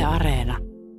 Areena.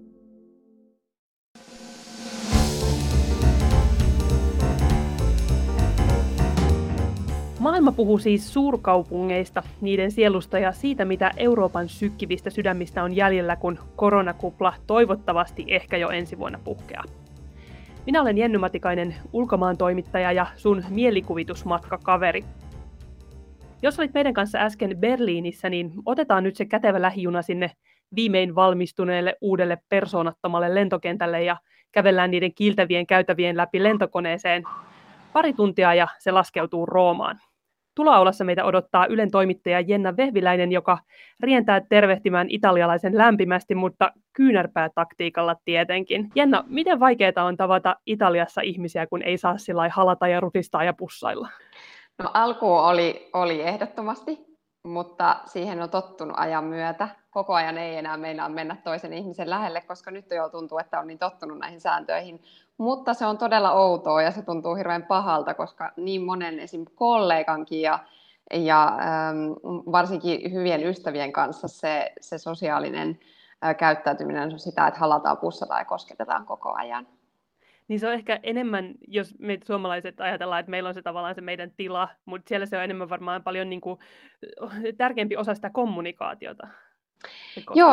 Maailma puhuu siis suurkaupungeista, niiden sielusta ja siitä, mitä Euroopan sykkivistä sydämistä on jäljellä, kun koronakupla toivottavasti ehkä jo ensi vuonna puhkeaa. Minä olen Jenny Matikainen, ulkomaantoimittaja ja sun mielikuvitusmatkakaveri. Jos olit meidän kanssa äsken Berliinissä, niin otetaan nyt se kätevä lähijuna sinne viimein valmistuneelle uudelle persoonattomalle lentokentälle ja kävellään niiden kiiltävien käytävien läpi lentokoneeseen. Pari tuntia ja se laskeutuu Roomaan. Tuloaulassa meitä odottaa Ylen toimittaja Jenna Vehviläinen, joka rientää tervehtimään italialaisen lämpimästi, mutta kyynärpäätaktiikalla tietenkin. Jenna, miten vaikeaa on tavata Italiassa ihmisiä, kun ei saa sillai halata ja rutistaa ja pussailla? No alkuun oli ehdottomasti, mutta siihen on tottunut ajan myötä. Koko ajan ei enää meinaa mennä toisen ihmisen lähelle, koska nyt jo tuntuu, että on niin tottunut näihin sääntöihin. Mutta se on todella outoa ja se tuntuu hirveän pahalta, koska niin monen esim. Kollegankin ja varsinkin hyvien ystävien kanssa se sosiaalinen käyttäytyminen on sitä, että halataan, pussataan ja kosketetaan koko ajan. Niin se on ehkä enemmän, jos me suomalaiset ajatellaan, että meillä on se tavallaan se meidän tila, mutta siellä se on enemmän varmaan paljon niin kuin tärkeämpi osa sitä kommunikaatiota. Joo,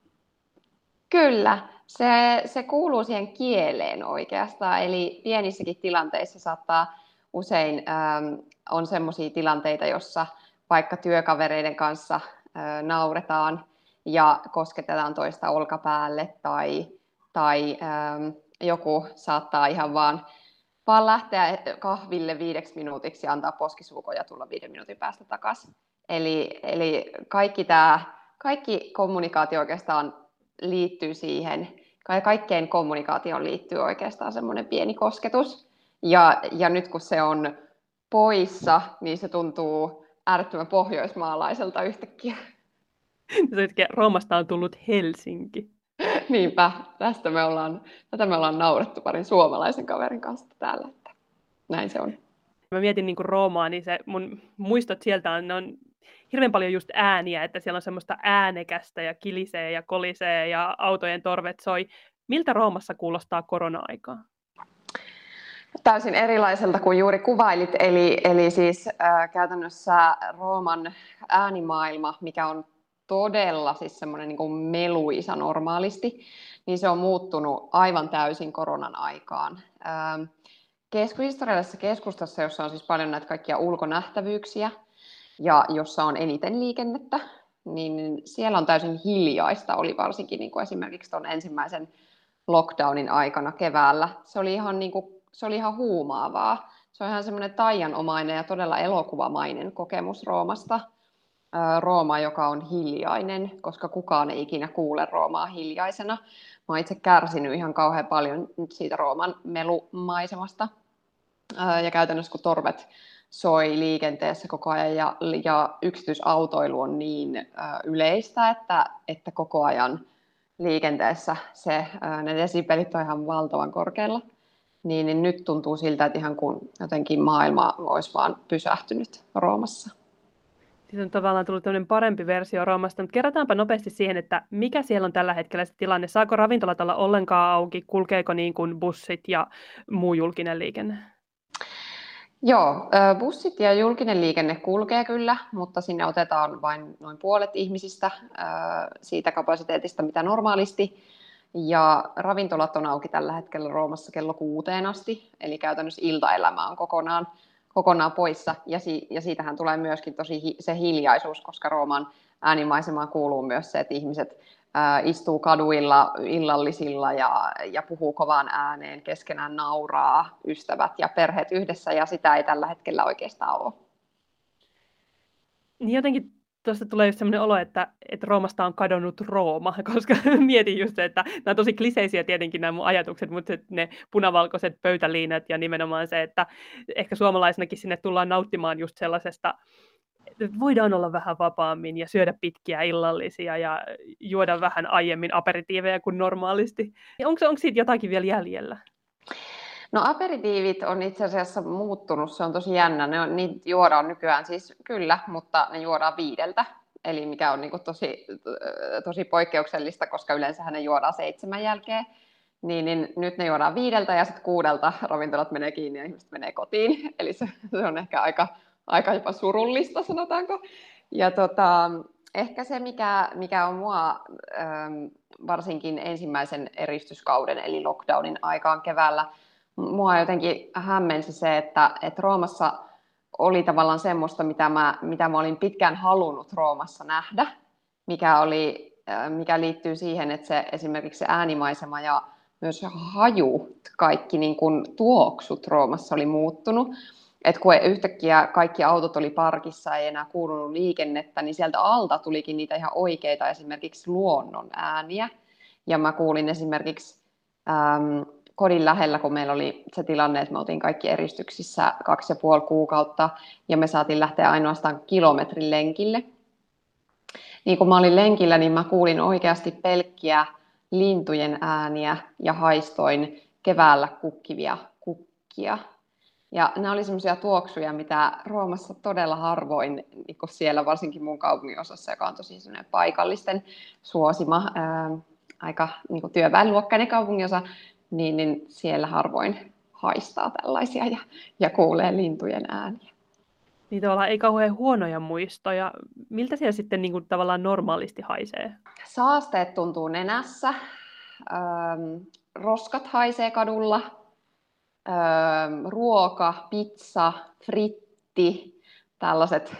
kyllä. Se kuuluu siihen kieleen oikeastaan, eli pienissäkin tilanteissa saattaa usein on sellaisia tilanteita, jossa vaikka työkavereiden kanssa nauretaan ja kosketetaan toista olkapäälle tai joku saattaa ihan vaan lähteä kahville 5 minuutiksi ja antaa poskisuukon ja tulla 5 minuutin päästä takaisin. Eli kaikki kommunikaatio oikeastaan liittyy siihen, kaikkeen kommunikaatioon liittyy oikeastaan semmoinen pieni kosketus. Ja nyt kun se on poissa, niin se tuntuu äärettömän pohjoismaalaiselta yhtäkkiä. Roomasta on tullut Helsinki. Niinpä, tätä me ollaan naurettu parin suomalaisen kaverin kanssa täällä, että näin se on. Mä mietin niin kuin Roomaa, niin se mun muistot sieltä on hirveän paljon just ääniä, että siellä on semmoista äänekästä ja kilisee ja kolisee ja autojen torvet soi. Miltä Roomassa kuulostaa korona-aikaa? Täysin erilaiselta kuin juuri kuvailit, eli siis käytännössä Rooman äänimaailma, mikä on todella siis semmoinen niin kuin meluisa normaalisti, niin se on muuttunut aivan täysin koronan aikaan. Historiallisessa keskustassa, jossa on siis paljon näitä kaikkia ulkonähtävyyksiä ja jossa on eniten liikennettä, niin siellä on täysin hiljaista, oli varsinkin niin kuin esimerkiksi tuon ensimmäisen lockdownin aikana keväällä. Se oli ihan huumaavaa. Se on ihan semmoinen taianomainen ja todella elokuvamainen kokemus Roomasta. Rooma, joka on hiljainen, koska kukaan ei ikinä kuule Roomaa hiljaisena. Mä oon itse kärsinyt ihan kauhean paljon siitä Rooman melumaisemasta. Ja käytännössä kun torvet soi liikenteessä koko ajan ja yksityisautoilu on niin yleistä, että koko ajan liikenteessä ne desibelit on ihan valtavan korkealla, niin nyt tuntuu siltä, että ihan kun jotenkin maailma olisi vaan pysähtynyt Roomassa. Siis on tavallaan tullut tämmöinen parempi versio Roomasta, mutta kerrotaanpa nopeasti siihen, että mikä siellä on tällä hetkellä se tilanne. Saako ravintolat olla ollenkaan auki? Kulkeeko niin kuin bussit ja muu julkinen liikenne? Joo, bussit ja julkinen liikenne kulkee kyllä, mutta sinne otetaan vain noin puolet ihmisistä siitä kapasiteetista, mitä normaalisti. Ja ravintolat on auki tällä hetkellä Roomassa kello 6 asti, eli käytännössä iltaelämä on kokonaan poissa. Ja siitähän tulee myöskin tosi se hiljaisuus, koska Rooman äänimaisemaan kuuluu myös se, että ihmiset istuu kaduilla illallisilla ja puhuu kovaan ääneen, keskenään nauraa, ystävät ja perheet yhdessä, ja sitä ei tällä hetkellä oikeastaan ole. Niin jotenkin tuosta tulee just sellainen olo, että Roomasta on kadonnut Rooma, koska mietin just, että nämä on tosi kliseisiä tietenkin nämä mun ajatukset, mutta ne punavalkoiset pöytäliinat ja nimenomaan se, että ehkä suomalaisinakin sinne tullaan nauttimaan just sellaisesta, että voidaan olla vähän vapaammin ja syödä pitkiä illallisia ja juoda vähän aiemmin aperitiivejä kuin normaalisti. Onko siitä jotakin vielä jäljellä? No aperitiivit on itse asiassa muuttunut, se on tosi jännä. Niitä juodaan nykyään siis kyllä, mutta ne juodaan 5. eli mikä on niin kuin tosi poikkeuksellista, koska yleensä ne juodaan 7 jälkeen. Niin nyt ne juodaan 5 ja sitten 6 ravintolat menee kiinni ja ihmiset menee kotiin. Eli se on ehkä aika jopa surullista, sanotaanko. Ja ehkä se, mikä on mua varsinkin ensimmäisen eristyskauden, eli lockdownin aikaan keväällä, mua jotenkin hämmensi se, että Roomassa oli tavallaan semmoista, mitä mä olin pitkään halunnut Roomassa nähdä, mikä liittyy siihen, että esimerkiksi se äänimaisema ja myös haju, kaikki niin kuin tuoksut Roomassa oli muuttunut. Et kun yhtäkkiä kaikki autot oli parkissa, ei enää kuulunut liikennettä, niin sieltä alta tulikin niitä ihan oikeita esimerkiksi luonnon ääniä. Ja mä kuulin esimerkiksi kodin lähellä, kun meillä oli se tilanne, että me oltiin kaikki eristyksissä 2,5 kuukautta ja me saatiin lähteä ainoastaan kilometrin lenkille. Niin kun mä olin lenkillä, niin mä kuulin oikeasti pelkkiä lintujen ääniä ja haistoin keväällä kukkivia kukkia. Ja nämä oli semmoisia tuoksuja, mitä Roomassa todella harvoin, niin siellä varsinkin mun kaupunginosassa, joka on tosi semmoinen paikallisten suosima, aika niin työväenluokkainen kaupunginosa, niin siellä harvoin haistaa tällaisia ja kuulee lintujen ääniä. Niin tavallaan ei kauhean huonoja muistoja. Miltä siellä sitten niin kuin tavallaan normaalisti haisee? Saasteet tuntuu nenässä, roskat haisee kadulla, ruoka, pizza, fritti, tällaiset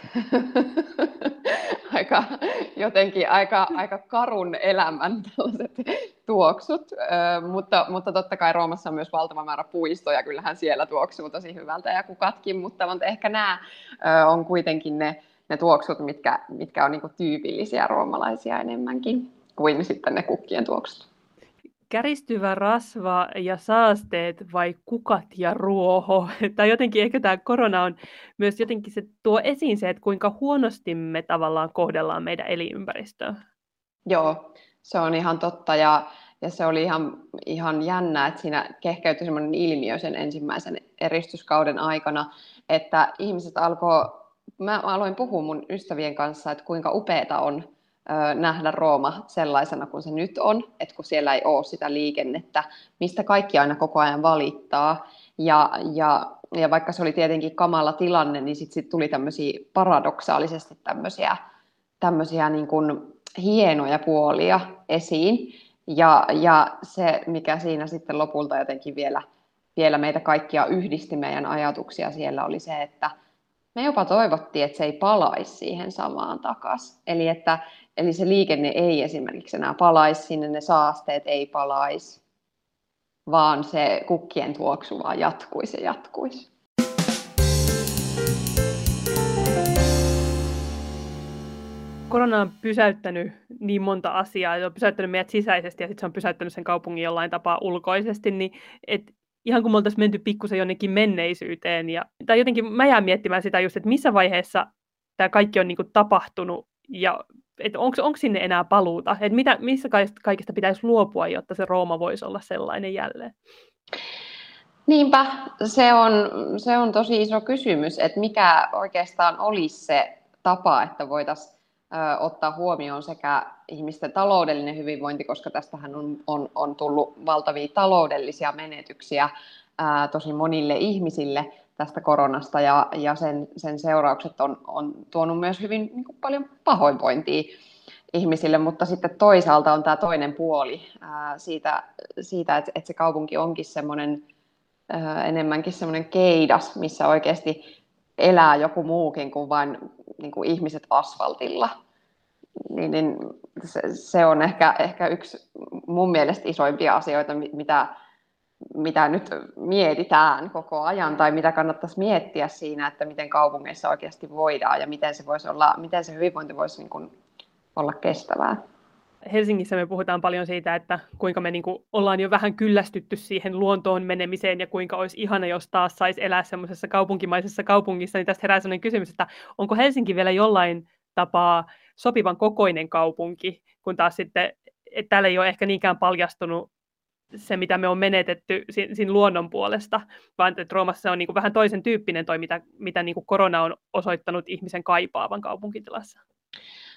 aika karun elämän tällaiset tuoksut, mutta totta kai Roomassa on myös valtava määrä puistoja, kyllähän siellä tuoksuu tosi hyvältä ja kukatkin, mutta ehkä nämä on kuitenkin ne tuoksut, mitkä on niinku tyypillisiä roomalaisia enemmänkin kuin sitten ne kukkien tuoksut. Käristyvä rasva ja saasteet vai kukat ja ruoho? Tai jotenkin ehkä tämä korona on myös jotenkin se tuo esiin se, että kuinka huonosti me tavallaan kohdellaan meidän elinympäristöä. Joo, se on ihan totta ja se oli ihan jännä, että siinä kehkeytyi semmoinen ilmiö sen ensimmäisen eristyskauden aikana, että ihmiset mä aloin puhua mun ystävien kanssa, että kuinka upeata on nähdä Rooma sellaisena kuin se nyt on, että kun siellä ei ole sitä liikennettä, mistä kaikki aina koko ajan valittaa. Ja vaikka se oli tietenkin kamala tilanne, niin sitten tuli tämmöisiä paradoksaalisesti tämmöisiä niin kuin hienoja puolia esiin. Ja se, mikä siinä sitten lopulta jotenkin vielä meitä kaikkia yhdisti meidän ajatuksia siellä, oli se, että me jopa toivottiin, että se ei palaisi siihen samaan takaisin. Eli se liikenne ei esimerkiksi enää palaisi sinne, ne saasteet ei palaisi, vaan se kukkien tuoksu vaan jatkuisi. Korona on pysäyttänyt niin monta asiaa, se on pysäyttänyt meidät sisäisesti ja sitten se on pysäyttänyt sen kaupungin jollain tapaa ulkoisesti, niin ihan kun me oltaisiin menty pikkusen jonnekin menneisyyteen. Tai jotenkin mä jään miettimään sitä just, että missä vaiheessa tämä kaikki on niin kuin tapahtunut ja onko sinne enää paluuta? Että missä kaikista pitäisi luopua, jotta se Rooma voisi olla sellainen jälleen? Niinpä, se on tosi iso kysymys, että mikä oikeastaan olisi se tapa, että voitaisiin ottaa huomioon sekä ihmisten taloudellinen hyvinvointi, koska tästähän on tullut valtavia taloudellisia menetyksiä tosi monille ihmisille tästä koronasta, ja sen seuraukset on tuonut myös hyvin niin kuin paljon pahoinvointia ihmisille, mutta sitten toisaalta on tämä toinen puoli siitä että se kaupunki onkin semmoinen enemmänkin semmoinen keidas, missä oikeasti elää joku muukin kuin vain niin kuin ihmiset asfaltilla. Niin se on ehkä yksi mun mielestä isoimpia asioita, mitä nyt mietitään koko ajan, tai mitä kannattaisi miettiä siinä, että miten kaupungeissa oikeasti voidaan ja miten se hyvinvointi voisi niin kuin olla kestävää. Helsingissä me puhutaan paljon siitä, että kuinka me ollaan jo vähän kyllästytty siihen luontoon menemiseen ja kuinka olisi ihana, jos taas saisi elää semmoisessa kaupunkimaisessa kaupungissa, niin tästä herää sellainen kysymys, että onko Helsinki vielä jollain tapaa sopivan kokoinen kaupunki, kun taas sitten, että täällä ei ole ehkä niinkään paljastunut se, mitä me on menetetty siinä luonnon puolesta, vaan että Roomassa se on vähän toisen tyyppinen toi, mitä korona on osoittanut ihmisen kaipaavan kaupunkitilassa.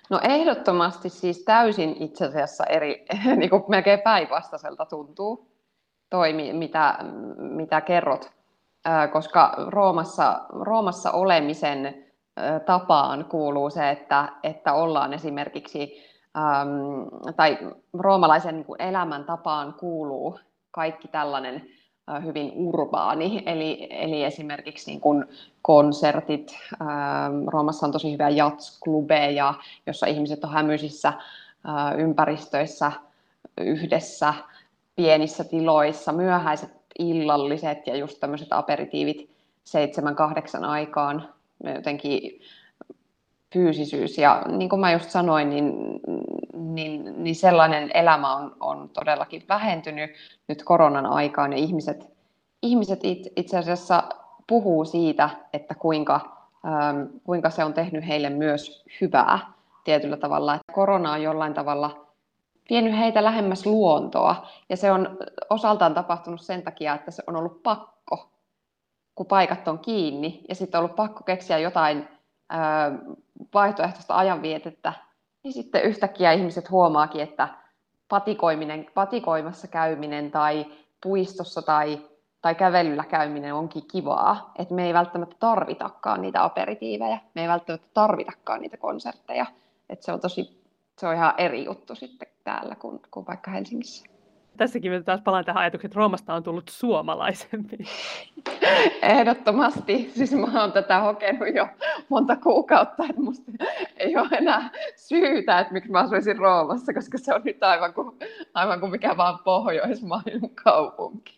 No ehdottomasti siis täysin itse asiassa eri, niin kuin melkein päinvastaiselta tuntuu toi, mitä kerrot, koska Roomassa olemisen tapaan kuuluu se, että ollaan esimerkiksi, tai roomalaisen niin kuin elämäntapaan kuuluu kaikki tällainen hyvin urbaani, eli esimerkiksi niin kuin konsertit. Roomassa on tosi hyviä jazz-klubeja, jossa ihmiset on hämyisissä ympäristöissä yhdessä, pienissä tiloissa, myöhäiset illalliset ja just tämmöiset aperitiivit 7-8 aikaan, jotenkin fyysisyys. Ja niin kuin mä just sanoin, niin sellainen elämä on todellakin vähentynyt nyt koronan aikaan, ja ihmiset itse asiassa puhuu siitä, että kuinka se on tehnyt heille myös hyvää tietyllä tavalla, että korona on jollain tavalla vienyt heitä lähemmäs luontoa, ja se on osaltaan tapahtunut sen takia, että se on ollut pakko, kun paikat on kiinni, ja sitten on ollut pakko keksiä jotain vaihtoehtoista ajanvietettä, niin sitten yhtäkkiä ihmiset huomaakin, että patikoimassa käyminen tai puistossa tai kävelyllä käyminen onkin kivaa, että me ei välttämättä tarvitakaan niitä aperitiivejä, me ei välttämättä tarvitakaan niitä konsertteja, että se on ihan eri juttu sitten täällä kuin vaikka Helsingissä. Tässäkin mä taas palaan tähän ajatukseen, että Roomasta on tullut suomalaisempi. Ehdottomasti. Siis mä oon tätä hokenut jo monta kuukautta, että musta ei ole enää syytä, että miksi mä asuisin Roomassa, koska se on nyt aivan kuin mikä vaan Pohjoismainen kaupunki.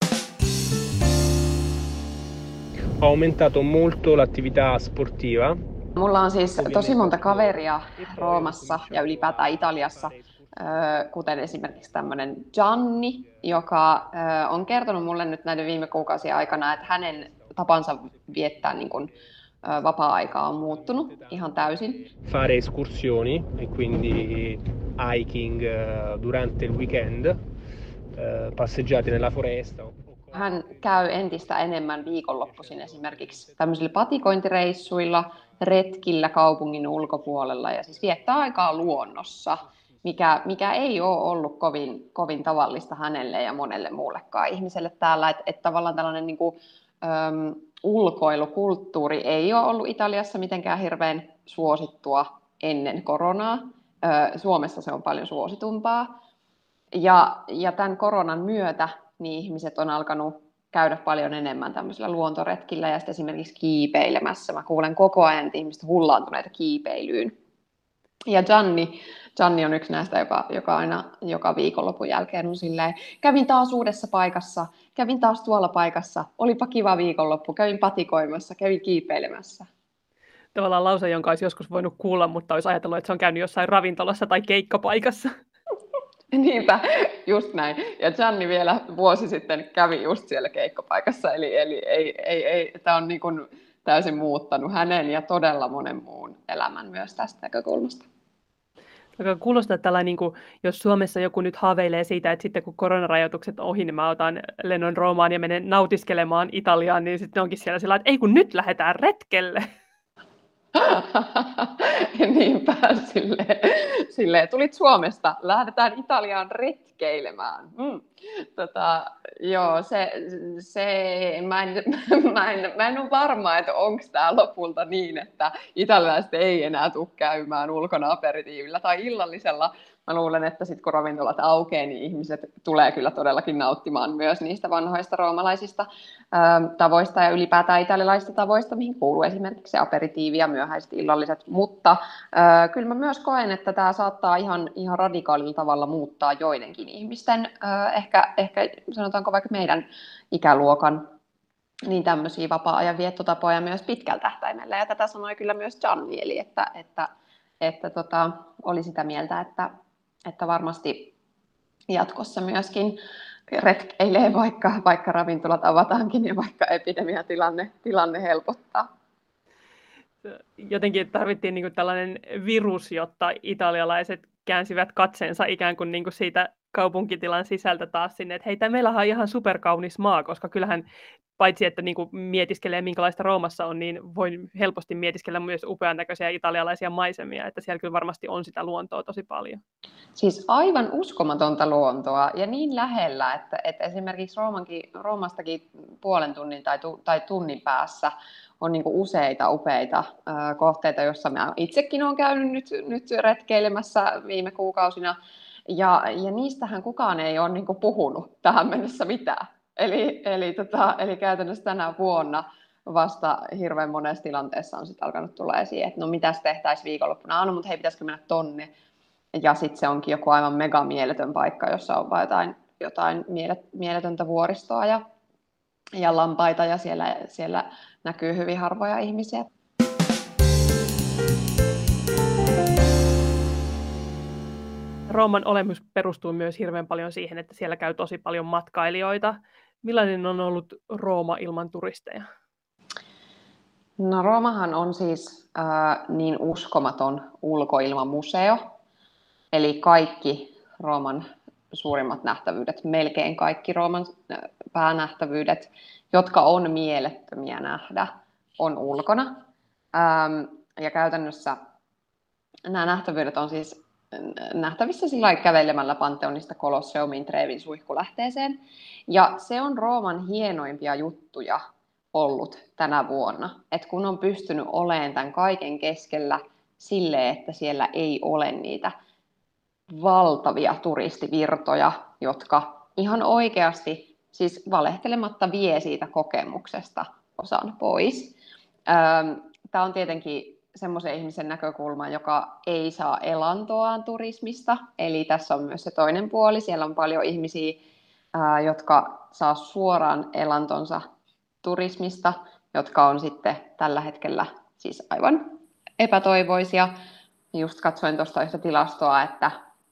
Ho aumentato molto l'attività sportiva. Mulla on siis tosi monta kaveria Roomassa ja ylipäätään Italiassa, kuten esimerkiksi tämmöinen Gianni, joka on kertonut mulle nyt näiden viime kuukausien aikana, että hänen tapansa viettää niin kuin vapaa-aikaa on muuttunut ihan täysin. Fare escursioni e quindi hiking durante il weekend, passeggiate nella foresta. Hän käy entistä enemmän viikonloppuisin esimerkiksi tämmöisillä patikointireissuilla, retkillä kaupungin ulkopuolella ja siis viettää aikaa luonnossa, mikä ei ole ollut kovin tavallista hänelle ja monelle muullekaan ihmiselle täällä. Että tavallaan tällainen niin kuin, ulkoilukulttuuri ei ole ollut Italiassa mitenkään hirveän suosittua ennen koronaa. Suomessa se on paljon suositumpaa. Ja tämän koronan myötä niin ihmiset on alkanut käydä paljon enemmän tämmöisillä luontoretkillä ja sitten esimerkiksi kiipeilemässä. Mä kuulen koko ajan, että ihmiset hullaantuneita kiipeilyyn. Ja Gianni on yksi näistä, joka aina joka viikonlopun jälkeen on silleen, kävin taas uudessa paikassa, kävin taas tuolla paikassa, olipa kiva viikonloppu, kävin patikoimassa, kävin kiipeilemässä. Tavallaan lause, jonka olisi joskus voinut kuulla, mutta olisi ajatellut, että se on käynyt jossain ravintolassa tai keikkapaikassa. Niinpä, just näin. Ja Gianni vielä vuosi sitten kävi just siellä keikkapaikassa, eli ei tämä on niin kuin täysin muuttanut hänen ja todella monen muun elämän myös tästä näkökulmasta. Kuulostaa tällainen, niin kuin, jos Suomessa joku nyt haaveilee siitä, että sitten kun koronarajoitukset on ohi, niin mä otan lennon Roomaan ja menen nautiskelemaan Italiaan, niin sitten onkin siellä sillä, että ei kun nyt lähdetään retkelle. Niinpä, silleen, tulit Suomesta, lähdetään Italiaan retkeilemään. Joo, mä en ole varma, että onko tämä lopulta niin, että italialaiset ei enää tule käymään ulkona aperitiivillä tai illallisella. Mä luulen, että sitten kun ravintolat aukeaa, niin ihmiset tulee kyllä todellakin nauttimaan myös niistä vanhoista roomalaisista tavoista ja ylipäätään italialaisista tavoista, mihin kuuluu esimerkiksi se aperitiivi ja myöhäiset illalliset. Mutta kyllä mä myös koen, että tämä saattaa ihan radikaalilla tavalla muuttaa joidenkin ihmisten, ehkä sanotaanko vaikka meidän ikäluokan, niin tämmöisiä vapaa-ajan viettotapoja myös pitkällä tähtäimellä. Ja tätä sanoi kyllä myös Gianni, eli että oli sitä mieltä, että varmasti jatkossa myöskin retkeilee, vaikka ravintolat avataankin ja vaikka epidemiatilanne helpottaa. Jotenkin tarvittiin niin kuin tällainen virus, jotta italialaiset käänsivät katseensa ikään kuin, siitä kaupunkitilan sisältä taas sinne, että hei, meillähän on ihan superkaunis maa, koska kyllähän paitsi, että niin kuin mietiskelee, minkälaista Roomassa on, niin voi helposti mietiskellä myös upean näköisiä italialaisia maisemia, että siellä kyllä varmasti on sitä luontoa tosi paljon. Siis aivan uskomatonta luontoa ja niin lähellä, että esimerkiksi Roomastakin puolen tunnin tai tunnin päässä on niin kuin useita upeita kohteita, joissa mä itsekin olen käynyt nyt retkeilemässä viime kuukausina. Ja niistähän kukaan ei ole niin kuin puhunut tähän mennessä mitään. Eli käytännössä tänä vuonna vasta hirveän monessa tilanteessa on sitten alkanut tulla esiin, että no mitäs tehtäisiin viikonloppuna, no mutta hei, pitäisikö mennä tonne. Ja sitten se onkin joku aivan mega mieletön paikka, jossa on vain jotain mieletöntä vuoristoa ja lampaita ja siellä näkyy hyvin harvoja ihmisiä. Rooman olemus perustuu myös hirveän paljon siihen, että siellä käy tosi paljon matkailijoita. Millainen on ollut Rooma ilman turisteja? No Roomahan on siis niin uskomaton ulkoilmamuseo. Eli kaikki Rooman suurimmat nähtävyydet, melkein kaikki Rooman päänähtävyydet, jotka on mielettömiä nähdä, on ulkona. Ja käytännössä nämä nähtävyydet on siis nähtävissä sillä kävelemällä Pantheonista Colosseumiin Treevin suihkulähteeseen. Ja se on Rooman hienoimpia juttuja ollut tänä vuonna, että kun on pystynyt olemaan tämän kaiken keskellä silleen, että siellä ei ole niitä valtavia turistivirtoja, jotka ihan oikeasti, siis valehtelematta vie siitä kokemuksesta osan pois. Tämä on tietenkin semmoisen ihmisen näkökulma, joka ei saa elantoaan turismista, eli tässä on myös se toinen puoli. Siellä on paljon ihmisiä, jotka saa suoraan elantonsa turismista, jotka on sitten tällä hetkellä siis aivan epätoivoisia. Just katsoin tuosta yhtä tilastoa, että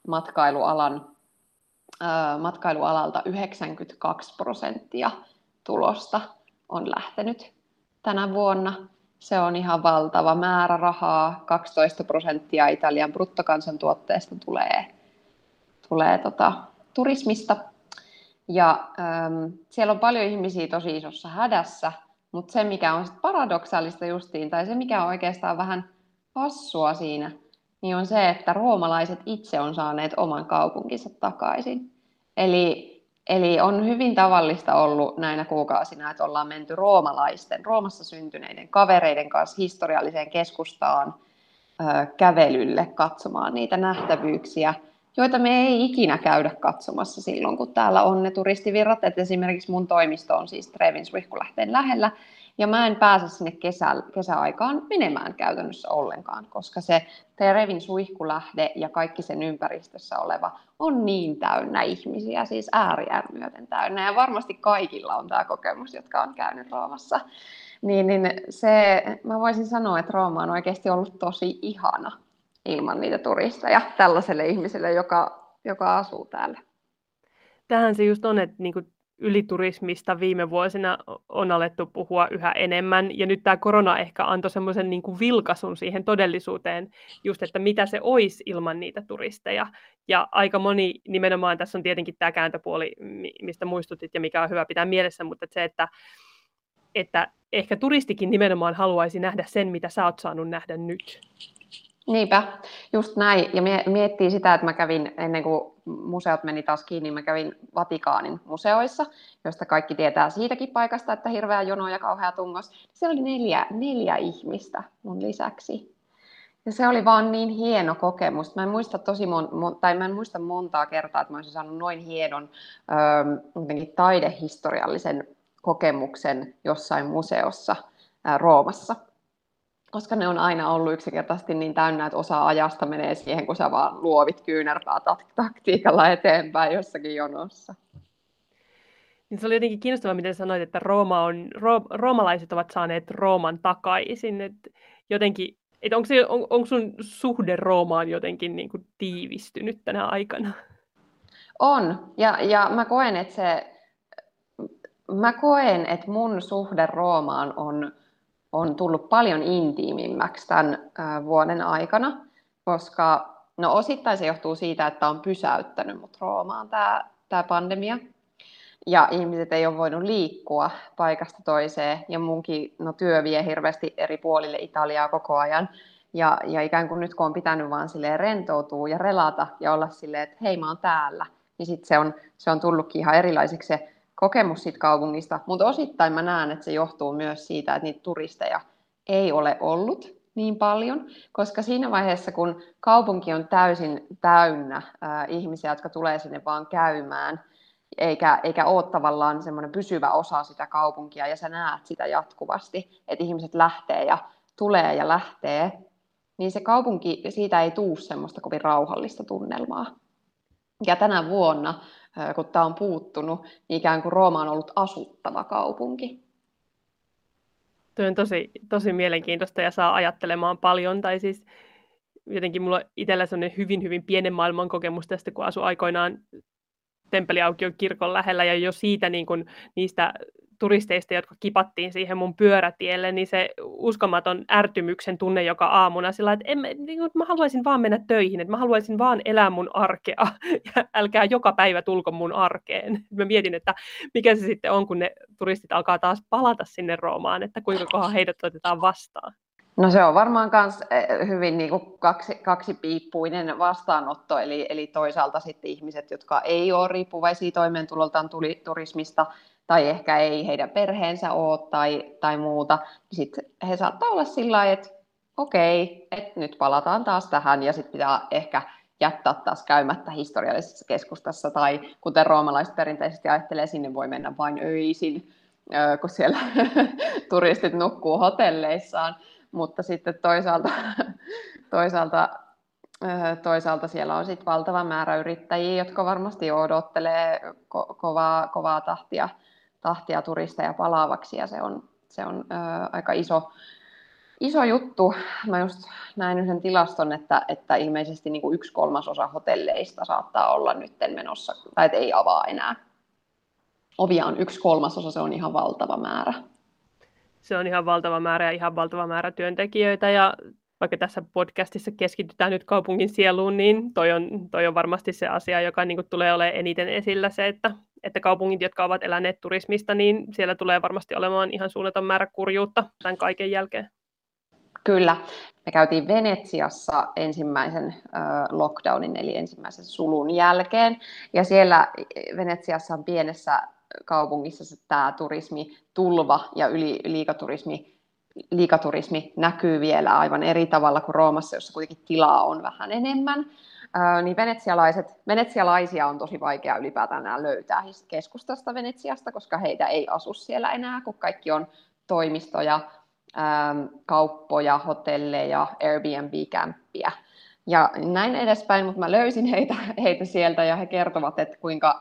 matkailualalta 92% tulosta on lähtenyt tänä vuonna. Se on ihan valtava määrä rahaa. 12% Italian bruttokansantuotteesta tulee turismista. Ja siellä on paljon ihmisiä tosi isossa hädässä, mutta se mikä on paradoksaalista justiin, tai se mikä on oikeastaan vähän hassua siinä, niin on se, että roomalaiset itse on saaneet oman kaupunkinsa takaisin. Eli on hyvin tavallista ollut näinä kuukausina, että ollaan menty Roomassa syntyneiden kavereiden kanssa historialliseen keskustaan kävelylle katsomaan niitä nähtävyyksiä, joita me ei ikinä käydä katsomassa silloin, kun täällä on ne turistivirrat. Et esimerkiksi mun toimisto on siis Treevin suihkulähteen lähellä, ja mä en pääse sinne kesäaikaan menemään käytännössä ollenkaan, koska se Treevin suihkulähde ja kaikki sen ympäristössä oleva on niin täynnä ihmisiä, siis ääriään myöten täynnä, ja varmasti kaikilla on tämä kokemus, jotka on käynyt Roomassa. Mä voisin sanoa, että Rooma on oikeasti ollut tosi ihana ilman niitä turisteja tällaiselle ihmiselle, joka asuu täällä. Tähän se just on, että niinku yliturismista viime vuosina on alettu puhua yhä enemmän, ja nyt tämä korona ehkä antoi semmoisen niinku vilkaisun siihen todellisuuteen, just että mitä se olisi ilman niitä turisteja. Ja aika moni, nimenomaan tässä on tietenkin tämä kääntöpuoli, mistä muistutit ja mikä on hyvä pitää mielessä, mutta se, että ehkä turistikin nimenomaan haluaisi nähdä sen, mitä sä oot saanut nähdä nyt. Niinpä, just näin. Ja miettii sitä, että mä kävin, ennen kuin museot meni taas kiinni, mä kävin Vatikaanin museoissa, josta kaikki tietää siitäkin paikasta, että hirveä jono ja kauhea tungos. Siellä oli neljä ihmistä mun lisäksi. Ja se oli vaan niin hieno kokemus. Mä en muista montaa kertaa, että mä olisin saanut noin hienon taidehistoriallisen kokemuksen jossain museossa Roomassa. Koska ne on aina ollut yksinkertaisesti niin täynnä, että osa ajasta menee siihen, kun sä vaan luovit kyynärpää taktiikalla eteenpäin jossakin jonossa. Niin se oli jotenkin kiinnostavaa, miten sanoit, että roomalaiset ovat saaneet Rooman takaisin. Jotenkin, onko sun suhde Roomaan jotenkin niin kuin tiivistynyt tänä aikana? On, ja mä koen, että mun suhde Roomaan on tullut paljon intiimimmäksi tämän vuoden aikana, koska No osittain se johtuu siitä, että on pysäyttänyt mut Roomaan tämä pandemia. Ja ihmiset ei ole voinut liikkua paikasta toiseen. Ja munkin työ vie hirveästi eri puolille Italiaa koko ajan. Ja ikään kuin nyt kun on pitänyt vaan silleen rentoutua ja relata ja olla silleen, että hei mä oon täällä, niin sit se on tullutkin ihan erilaiseksi se kokemus siitä kaupungista. Mutta osittain mä näen, että se johtuu myös siitä, että niitä turisteja ei ole ollut niin paljon, koska siinä vaiheessa, kun kaupunki on täysin täynnä ihmisiä, jotka tulee sinne vaan käymään, eikä ole tavallaan semmoinen pysyvä osa sitä kaupunkia, ja sä näet sitä jatkuvasti, että ihmiset lähtee ja tulee ja lähtee, niin se kaupunki, siitä ei tule semmoista kovin rauhallista tunnelmaa. Ja tänä vuonna, kun tämä on puuttunut, niin ikään kuin Rooma on ollut asuttava kaupunki. Tuo on tosi mielenkiintoista ja saa ajattelemaan paljon. Tai siis jotenkin mulla on itsellä sellainen hyvin, hyvin pienen maailman kokemus tästä, kun asui aikoinaan Temppeliaukion kirkon lähellä, ja jo siitä niin kun, niistä turisteista, jotka kipattiin siihen mun pyörätielle, niin se uskomaton ärtymyksen tunne joka aamuna sillä, että mä haluaisin vaan mennä töihin, että mä haluaisin vaan elää mun arkea, ja älkää joka päivä tulko mun arkeen. Mä mietin, että mikä se sitten on, kun ne turistit alkaa taas palata sinne Roomaan, että kuinka kohan heidät otetaan vastaan. No se on varmaan myös hyvin niin kuin kaksipiippuinen vastaanotto, eli toisaalta sitten ihmiset, jotka ei ole riippuvaisia toimeentuloltaan turismista, tai ehkä ei heidän perheensä ole tai muuta, niin sitten he saattaa olla sillä lailla, että okei, että nyt palataan taas tähän, ja sitten pitää ehkä jättää taas käymättä historiallisessa keskustassa, tai kuten roomalaiset perinteisesti ajattelee, sinne voi mennä vain öisin, kun siellä turistit nukkuu hotelleissaan. Mutta sitten toisaalta siellä on sitten valtava määrä yrittäjiä, jotka varmasti odottelee kovaa tahtia turisteja palaavaksi, ja se on aika iso juttu. Mä just näin yhden tilaston, että ilmeisesti niin kuin 1/3 hotelleista saattaa olla nyt menossa, tai että ei avaa enää. Ovia on 1/3, se on ihan valtava määrä. Se on ihan valtava määrä ja ihan valtava määrä työntekijöitä, ja vaikka tässä podcastissa keskitytään nyt kaupungin sieluun, niin toi on varmasti se asia, joka niin kuin tulee olemaan eniten esillä, se, että kaupungit, jotka ovat eläneet turismista, niin siellä tulee varmasti olemaan ihan suunnaton määrä kurjuutta tämän kaiken jälkeen. Kyllä. Me käytiin Venetsiassa ensimmäisen lockdownin, eli ensimmäisen sulun jälkeen, ja siellä Venetsiassa on pienessä kaupungissa tämä turismitulva ja liikaturismi näkyy vielä aivan eri tavalla kuin Roomassa, jossa kuitenkin tilaa on vähän enemmän. Niin venetsialaisia on tosi vaikea ylipäätään löytää keskustasta Venetsiasta, koska heitä ei asu siellä enää, kun kaikki on toimistoja, kauppoja, hotelleja, Airbnb-kämppiä ja näin edespäin, mutta mä löysin heitä sieltä, ja he kertovat, että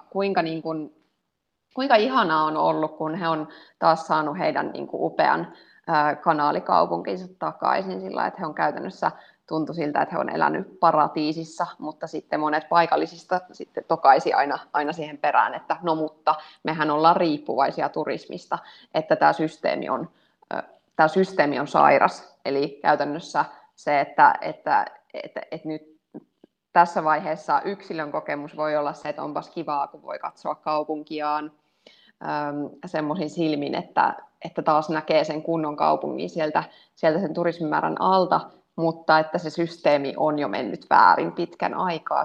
kuinka ihanaa on ollut, kun he on taas saanut heidän niin kuin upean kanaalikaupunkinsa takaisin sillä, että he on käytännössä tuntui siltä, että he on elänyt paratiisissa, mutta sitten monet paikallisista sitten tokaisi aina siihen perään, että no mutta mehän ollaan riippuvaisia turismista, että tämä systeemi on sairas. Eli käytännössä se, että nyt tässä vaiheessa yksilön kokemus voi olla se, että onpas kivaa, kun voi katsoa kaupunkiaan semmoisin silmin, että taas näkee sen kunnon kaupungin sieltä sen turismimäärän alta, mutta että se systeemi on jo mennyt väärin pitkän aikaa.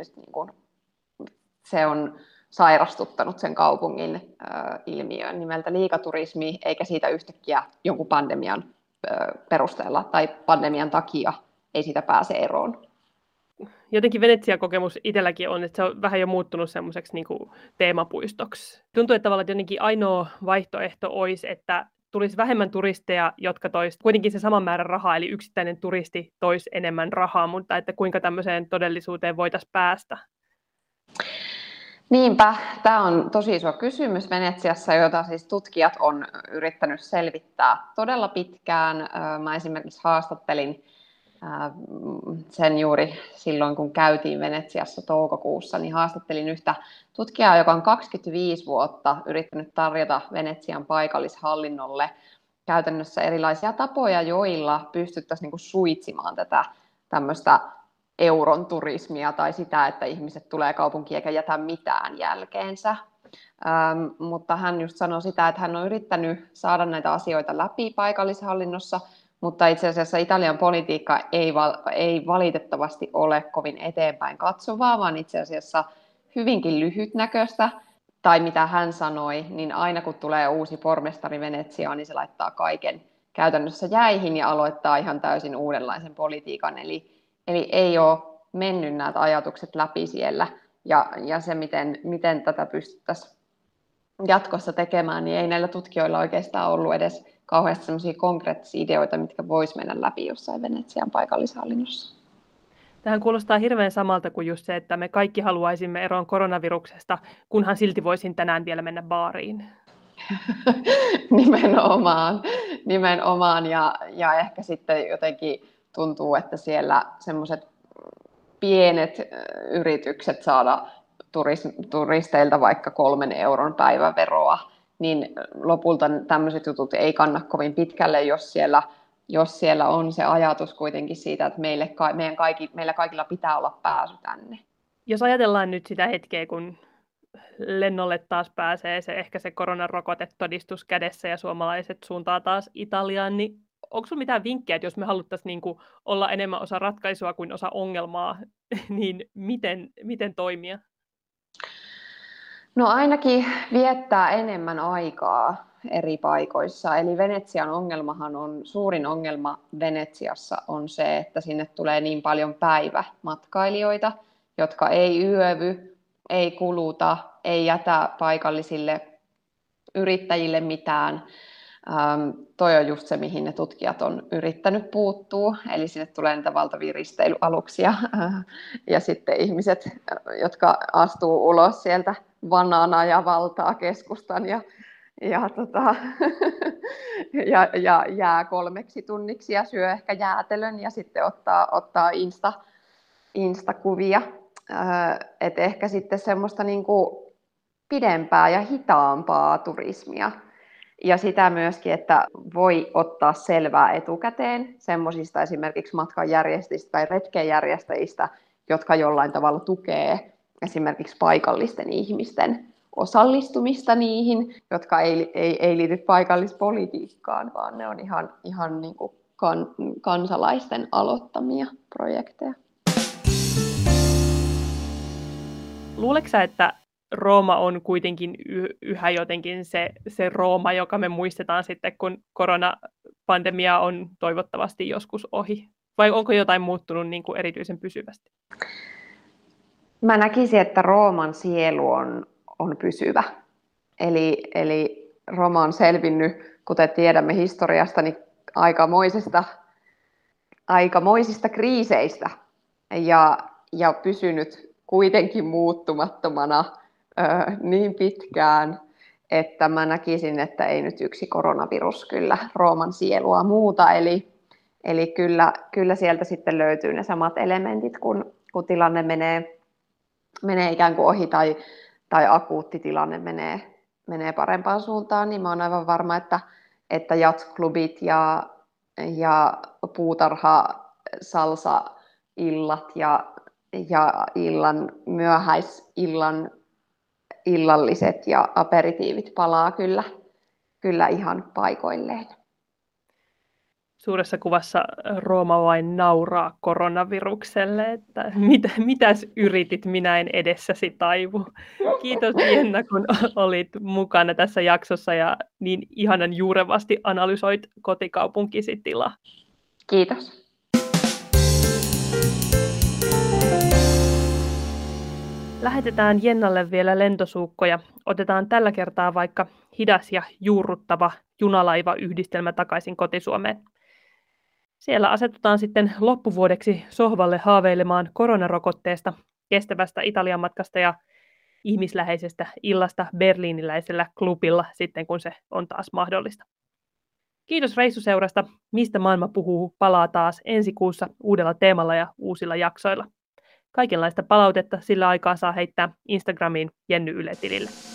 Se on sairastuttanut sen kaupungin ilmiön nimeltä liikaturismi, eikä siitä yhtäkkiä jonkun pandemian perusteella tai pandemian takia ei siitä pääse eroon. Jotenkin Venetsia-kokemus itselläkin on, että se on vähän jo muuttunut semmoiseksi niin kuin teemapuistoksi. Tuntuu, että tavallaan jotenkin ainoa vaihtoehto olisi, että tulisi vähemmän turisteja, jotka toisi kuitenkin se saman määrän rahaa, eli yksittäinen turisti toisi enemmän rahaa, mutta että kuinka tämmöiseen todellisuuteen voitaisiin päästä? Niinpä, tämä on tosi iso kysymys Venetsiassa, jota siis tutkijat on yrittänyt selvittää todella pitkään. Mä esimerkiksi haastattelin sen juuri silloin, kun käytiin Venetsiassa toukokuussa, niin haastattelin yhtä tutkijaa, joka on 25 vuotta yrittänyt tarjota Venetsian paikallishallinnolle käytännössä erilaisia tapoja, joilla pystyttäisiin niin kuin suitsimaan tätä tämmöistä euron turismia tai sitä, että ihmiset tulee kaupunkiin eikä jätä mitään jälkeensä. Mutta hän just sanoi sitä, että hän on yrittänyt saada näitä asioita läpi paikallishallinnossa, mutta itse asiassa Italian politiikka ei valitettavasti ole kovin eteenpäin katsovaa, vaan itse asiassa hyvinkin lyhytnäköistä. Tai mitä hän sanoi, niin aina kun tulee uusi pormestari Venetsiaan, niin se laittaa kaiken käytännössä jäihin ja aloittaa ihan täysin uudenlaisen politiikan. Eli ei ole mennyt nämä ajatukset läpi siellä. Ja se, miten tätä pystyttäisiin jatkossa tekemään, niin ei näillä tutkijoilla oikeastaan ollut edes kauheasti sellaisia konkreettisia ideoita, mitkä vois mennä läpi jossain Venetsian paikallishallinnossa. Tähän kuulostaa hirveän samalta kuin just se, että me kaikki haluaisimme eroon koronaviruksesta, kunhan silti voisin tänään vielä mennä baariin. Nimenomaan. Ja ehkä sitten jotenkin tuntuu, että siellä semmoiset pienet yritykset saada turisteilta vaikka 3 euron päiväveroa, niin lopulta tämmöiset jutut ei kanna kovin pitkälle, jos siellä on se ajatus kuitenkin siitä, että meillä kaikilla pitää olla pääsy tänne. Jos ajatellaan nyt sitä hetkeä, kun lennolle taas pääsee ehkä se koronarokotetodistus kädessä ja suomalaiset suuntaa taas Italiaan, niin onko sinulla mitään vinkkejä, että jos me haluttaisiin niinku olla enemmän osa ratkaisua kuin osa ongelmaa, niin miten toimia? No ainakin viettää enemmän aikaa eri paikoissa. Eli Venetsian suurin ongelma Venetsiassa on se, että sinne tulee niin paljon päivämatkailijoita, jotka ei yövy, ei kuluta, ei jätä paikallisille yrittäjille mitään. Toi on just se, mihin ne tutkijat on yrittänyt puuttua, eli sinne tulee niitä valtavia risteilyaluksia ja sitten ihmiset, jotka astuu ulos sieltä vanana ja valtaa keskustan ja jää 3 tunniksi ja syö ehkä jäätelön ja sitten ottaa Insta-kuvia. Et ehkä sitten semmoista niinku pidempää ja hitaampaa turismia. Ja sitä myöskin, että voi ottaa selvää etukäteen semmoisista esimerkiksi matkanjärjestäjistä tai retkenjärjestäjistä, jotka jollain tavalla tukee esimerkiksi paikallisten ihmisten osallistumista niihin, jotka ei liity paikallispolitiikkaan, vaan ne on ihan niin kuin kansalaisten aloittamia projekteja. Luuletko sä, että Rooma on kuitenkin yhä jotenkin se Rooma, joka me muistetaan sitten, kun koronapandemia on toivottavasti joskus ohi? Vai onko jotain muuttunut niin kuin erityisen pysyvästi? Mä näkisin, että Rooman sielu on pysyvä. Eli Rooma on selvinnyt, kuten tiedämme historiasta, niin aikamoisista kriiseistä ja pysynyt kuitenkin muuttumattomana niin pitkään, että mä näkisin, että ei nyt yksi koronavirus kyllä Rooman sielua muuta. Eli kyllä sieltä sitten löytyy ne samat elementit, kun tilanne menee ikään kuin ohi tai akuutti tilanne menee parempaan suuntaan, niin mä oon aivan varma, että jazzklubit ja puutarha salsa-illat ja myöhäisillan illalliset ja aperitiivit palaa kyllä ihan paikoilleen. Suuressa kuvassa Rooma vain nauraa koronavirukselle, että mitäs yritit, minä en edessäsi taivu. Kiitos Jenna, kun olit mukana tässä jaksossa ja niin ihanan juurevasti analysoit kotikaupunkisi tilaa. Kiitos. Lähetetään Jennalle vielä lentosuukkoja. Otetaan tällä kertaa vaikka hidas ja juurruttava junalaiva-yhdistelmä takaisin kotisuomeen. Siellä asetutaan sitten loppuvuodeksi sohvalle haaveilemaan koronarokotteesta, kestävästä Italian matkasta ja ihmisläheisestä illasta berliiniläisellä klubilla sitten, kun se on taas mahdollista. Kiitos reissuseurasta. Mistä maailma puhuu palaa taas ensi kuussa uudella teemalla ja uusilla jaksoilla. Kaikenlaista palautetta sillä aikaa saa heittää Instagramiin Jenny Yle -tilille.